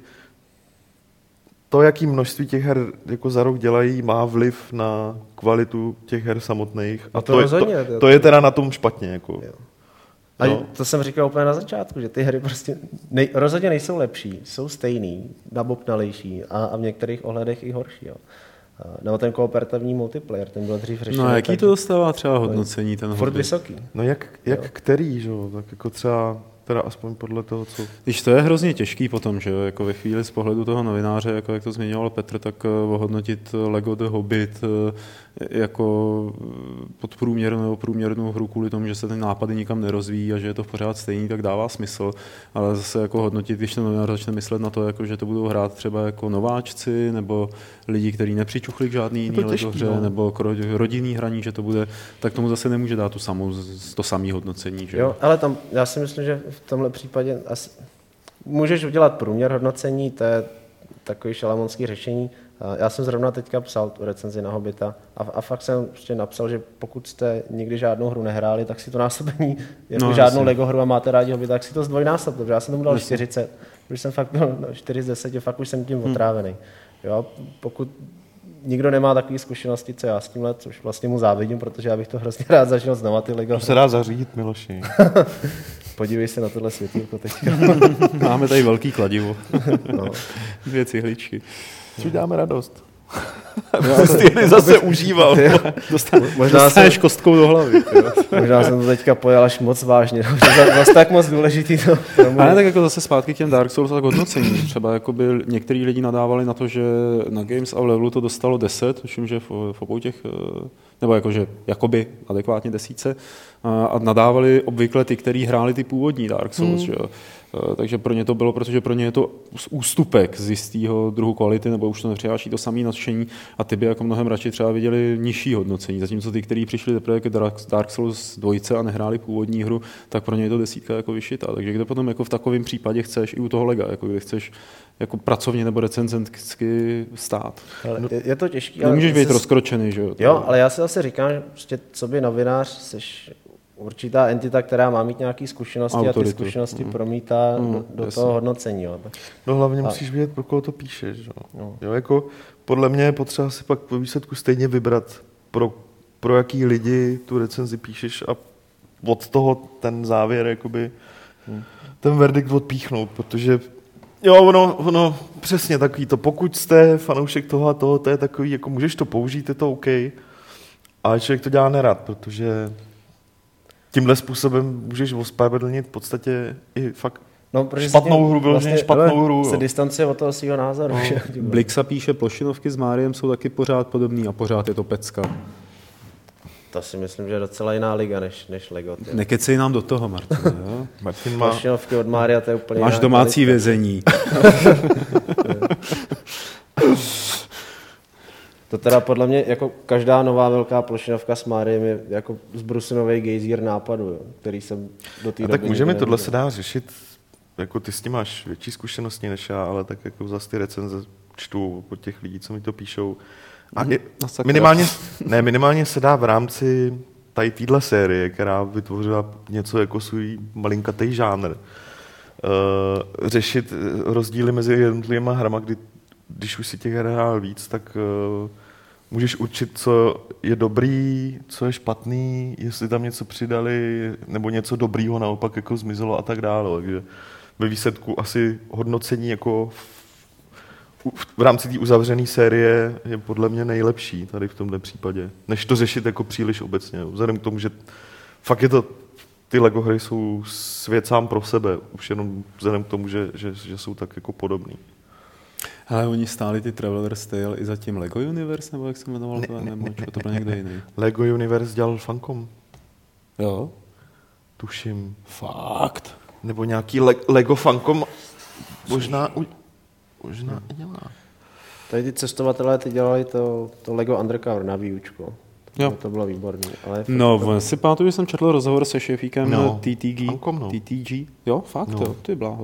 to, jaký množství těch her jako za rok dělají, má vliv na kvalitu těch her samotných. A to je teda na tom špatně. Jako. Jo. A to jsem říkal úplně na začátku, že ty hry prostě rozhodně nejsou lepší, jsou stejný, nabobnalejší a v některých ohledech i horší. Jo. Nebo ten kooperativní multiplayer, ten byl dřív řešený. No a jaký to dostává třeba hodnocení? Ten furt vysoký. No jak který, že jo? Tak jako třeba teda aspoň podle toho, co... Když to je hrozně těžký potom, že jo, jako ve chvíli z pohledu toho novináře, jako jak to zmiňoval Petr, tak ohodnotit Lego The Hobbit jako podprůměrnou nebo průměrnou hru kvůli tomu, že se ten nápady nikam nerozvíjí a že je to pořád stejný, tak dává smysl, ale zase jako hodnotit, když ten novinář začne myslet na to, jako, že to budou hrát třeba jako nováčci nebo lidi, kteří nepřičuchli k žádný jiný Lego hře, nebo rodinný hraní, že to bude, tak tomu zase nemůže dát to samé hodnocení. Že? Jo, ale tam, já si myslím, že v tomhle případě můžeš udělat průměr hodnocení, to je takový šalamonský řešení. Já jsem zrovna teďka psal tu recenzi na Hobbita a fakt jsem prostě napsal, že pokud jste nikdy žádnou hru nehráli, tak si to násobení, jako žádnou Lego hru a máte rádi Hobbita, tak si to zdvojnásob, protože já jsem tomu dal 40, protože jsem fakt byl 4 z 10, fakt už jsem tím otrávený. Jo, pokud nikdo nemá takové zkušenosti, co já s tímhle, což vlastně mu závidím, protože já bych to hrozně rád zažil znova ty Lego. To se dá zařídit, Miloši. Podívej se na tohle světýlko teďka. Máme tady velký kladivo. 2 cihličky. Což dáme radost. Aby jsi ty hry zase užíval. Dostaneš kostkou do hlavy. Možná jsem to teďka pojal až moc vážně. Vlastně tak moc důležitý to. Ale tak jako zase zpátky k těm Dark Souls a k hodnocení. Třeba jakoby některý lidi nadávali na to, že na Games a Levelu to dostalo 10, tuším, že v obou těch, nebo jakože jakoby adekvátně 10, a nadávali obvykle ty, kteří hráli ty původní Dark Souls, že jo. Takže pro ně to bylo, protože pro ně je to ústupek z jistého druhu kvality, nebo už to nepřináší to samé nadšení a ty by jako mnohem radši třeba viděli nižší hodnocení. Zatímco ty, kteří přišli teprve k Dark Souls 2 a nehráli původní hru, tak pro ně je to 10 jako vyšitá. Takže kde potom jako v takovém případě chceš i u toho Lega, jako kde chceš jako pracovně nebo recenzentsky stát. Je to těžké. Nemůžeš být rozkročený, že jo? Jo, ale já si zase říkám, že prostě co by novinář seš určitá entita, která má mít nějaké zkušenosti autoritu. A ty zkušenosti promítá do toho hodnocení. Jo. No hlavně musíš vědět, pro koho to píšeš. Jo, jako podle mě je potřeba si pak po výsledku stejně vybrat, pro jaký lidi tu recenzi píšeš a od toho ten závěr, jakoby, ten verdikt odpíchnout, protože jo, ono přesně takový to, pokud jste fanoušek toho a toho, to je takový, jako můžeš to použít, je to OK, ale člověk to dělá nerad, protože tímhle způsobem můžeš ospravedlnit v podstatě i fakt špatnou hru, vlastně špatnou hru. Se distancuje od toho svého názoru. Blixa píše, plošinovky s Máriem jsou taky pořád podobný a pořád je to pecka. To si myslím, že je docela jiná liga než Lego. Nekecej nám do toho, Martin. Martin má... Plošinovky od Mária, to je úplně máš domácí vězení. To teda podle mě, jako každá nová velká plošinovka s Máriem je jako zbrusinový gejzír nápadu, jo, který jsem do té doby... Tak můžeme tohle se dá řešit, jako ty s tím máš větší zkušenosti než já, ale tak jako zase ty recenze čtu od těch lidí, co mi to píšou. A minimálně se dá v rámci tady téhle série, která vytvořila něco jako svůj malinkatej žánr, řešit rozdíly mezi jednotlivými hrama, když už si těch her hrál víc, tak můžeš určit, co je dobrý, co je špatný, jestli tam něco přidali, nebo něco dobrýho naopak jako zmizelo a tak dále. Takže ve výsledku asi hodnocení jako v rámci té uzavřené série je podle mě nejlepší tady v tomhle případě, než to řešit jako příliš obecně. Vzhledem k tomu, že fakt je to, ty Lego hry jsou svět sám pro sebe, už jenom vzhledem k tomu, že jsou tak jako podobný. Ale oni stáli ty Traveler's Tale i za tím Lego Universe, nebo jak se jmenoval to byl někde jiný? Lego Universe dělal Funcom. Jo? Tuším. Fakt? Nebo nějaký Lego Funcom možná dělá. Tady ty cestovatelé ty dělali to Lego Undercover na výučku. To bylo výborné. Si pamatuju, že jsem četl rozhovor se šéfíkem TTG. Funcom, TTG. Jo, fakt, to je bláho.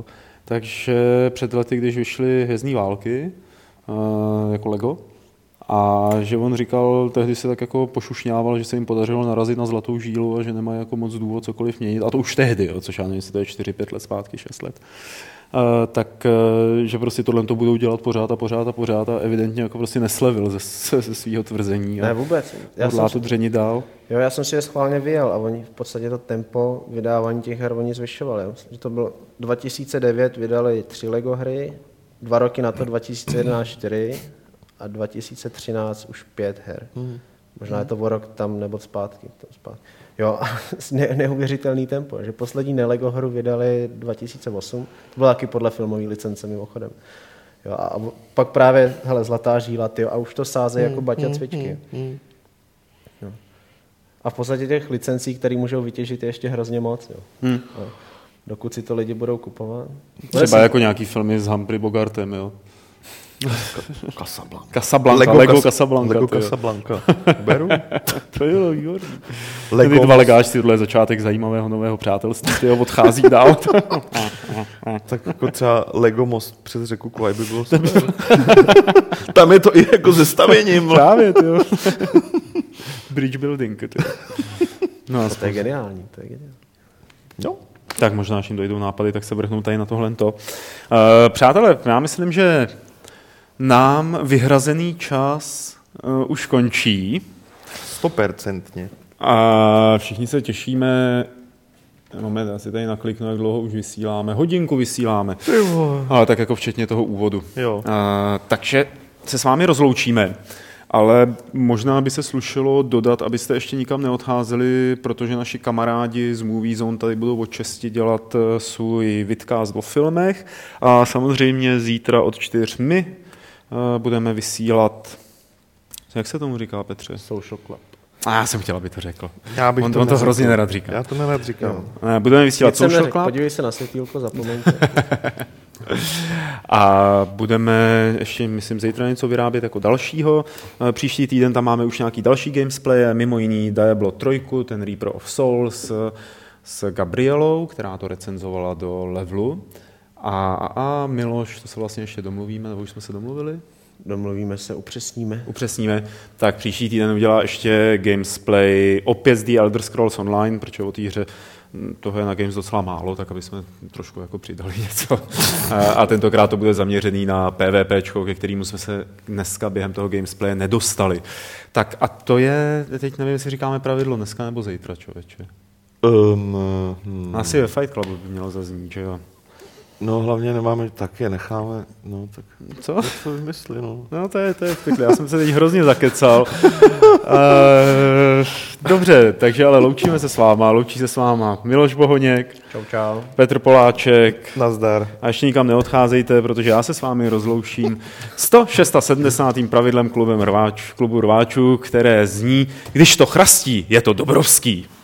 takže před lety, když vyšly Hvězdné války, jako Lego, a že on říkal, tehdy se tak jako pošušňával, že se jim podařilo narazit na zlatou žílu a že nemají jako moc důvod cokoliv měnit. A to už tehdy, jo, což já nevím, jestli to je 4-5 let zpátky, 6 let. Tak, že prostě tohle to budou dělat pořád a evidentně jako prostě neslevil ze svého tvrzení. Ne, vůbec. Hodlá to dřenit dál. Jo, já jsem si je schválně vyjel a oni v podstatě to tempo vydávání těch her oni zvyšovali. Že to bylo 2009 vydali 3 Lego hry, 2 roky na to 2011 4 a 2013 už 5 her. Možná je to o rok tam nebo zpátky. Jo, a neuvěřitelný tempo, že poslední Nelego hru vydali 2008, to bylo taky podle filmové licence mimochodem. Jo, a pak právě, hele, zlatá žíla, tyjo, a už to sázejí jako baťa cvičky. Jo. A v podstatě těch licencí, které můžou vytěžit, je ještě hrozně moc. Jo. Dokud si to lidi budou kupovat. Třeba jako nějaký filmy s Humphrey Bogartem, jo. Casablanca. Lego Casablanca. Lego Casablanca. Beru? To je výborný. Ty dva legáčci, tohle je začátek zajímavého nového přátelství, ty ho odchází dál. Tak jako třeba Lego most přes řeku Kwai by bylo super. Tam je to i jako se stavěním. Právě, ty jo. Bridge building, ty. No, to je geniální, Jo. Tak možná, až jim dojdou nápady, tak se vrhnou tady na tohle. Přátelé, já myslím, že nám vyhrazený čas už končí. 100%. A všichni se těšíme. Moment, já si tady nakliknu, jak dlouho už vysíláme. Hodinku vysíláme. Ale tak jako včetně toho úvodu. Jo. Takže se s vámi rozloučíme. Ale možná by se slušelo dodat, abyste ještě nikam neodcházeli, protože naši kamarádi z Movie Zone tady budou od 6 dělat svůj vidcast o filmech. A samozřejmě zítra od 4 my budeme vysílat, jak se tomu říká, Petře? Social Club. A já jsem chtěl, aby to řekl. On to hrozně nerad říká. Já to nerad říkám. Budeme vysílat Social Club. Podívej se na světýlko, zapomeňte. A budeme ještě, myslím, zítra něco vyrábět jako dalšího. Příští týden tam máme už nějaký další gamesplay, mimo jiný Diablo 3, ten Reaper of Souls s Gabrielou, která to recenzovala do Levelu. A Miloš, to se vlastně ještě domluvíme, nebo už jsme se domluvili? Domluvíme se, upřesníme. Tak příští týden udělá ještě gamesplay opět z The Elder Scrolls Online, protože o té hře toho je na Games docela málo, tak aby jsme trošku jako přidali něco. A tentokrát to bude zaměřený na PvPčko, ke kterému jsme se dneska během toho gamesplaye nedostali. Tak a to je, teď nevím, jestli říkáme pravidlo dneska nebo zítra, člověče. Asi ve Fight Clubu by mělo zaznít, že jo? No hlavně nemáme, tak je necháme, no tak co? To vymysli, no. No to je pěkné, já jsem se teď hrozně zakecal. Dobře, takže ale loučíme se s váma, loučí se s váma Miloš Bohoněk, čau. Petr Poláček, nazdar. A ještě nikam neodcházejte, protože já se s vámi rozloučím 176. pravidlem klubu rváčů, které zní, když to chrastí, je to Dobrovský.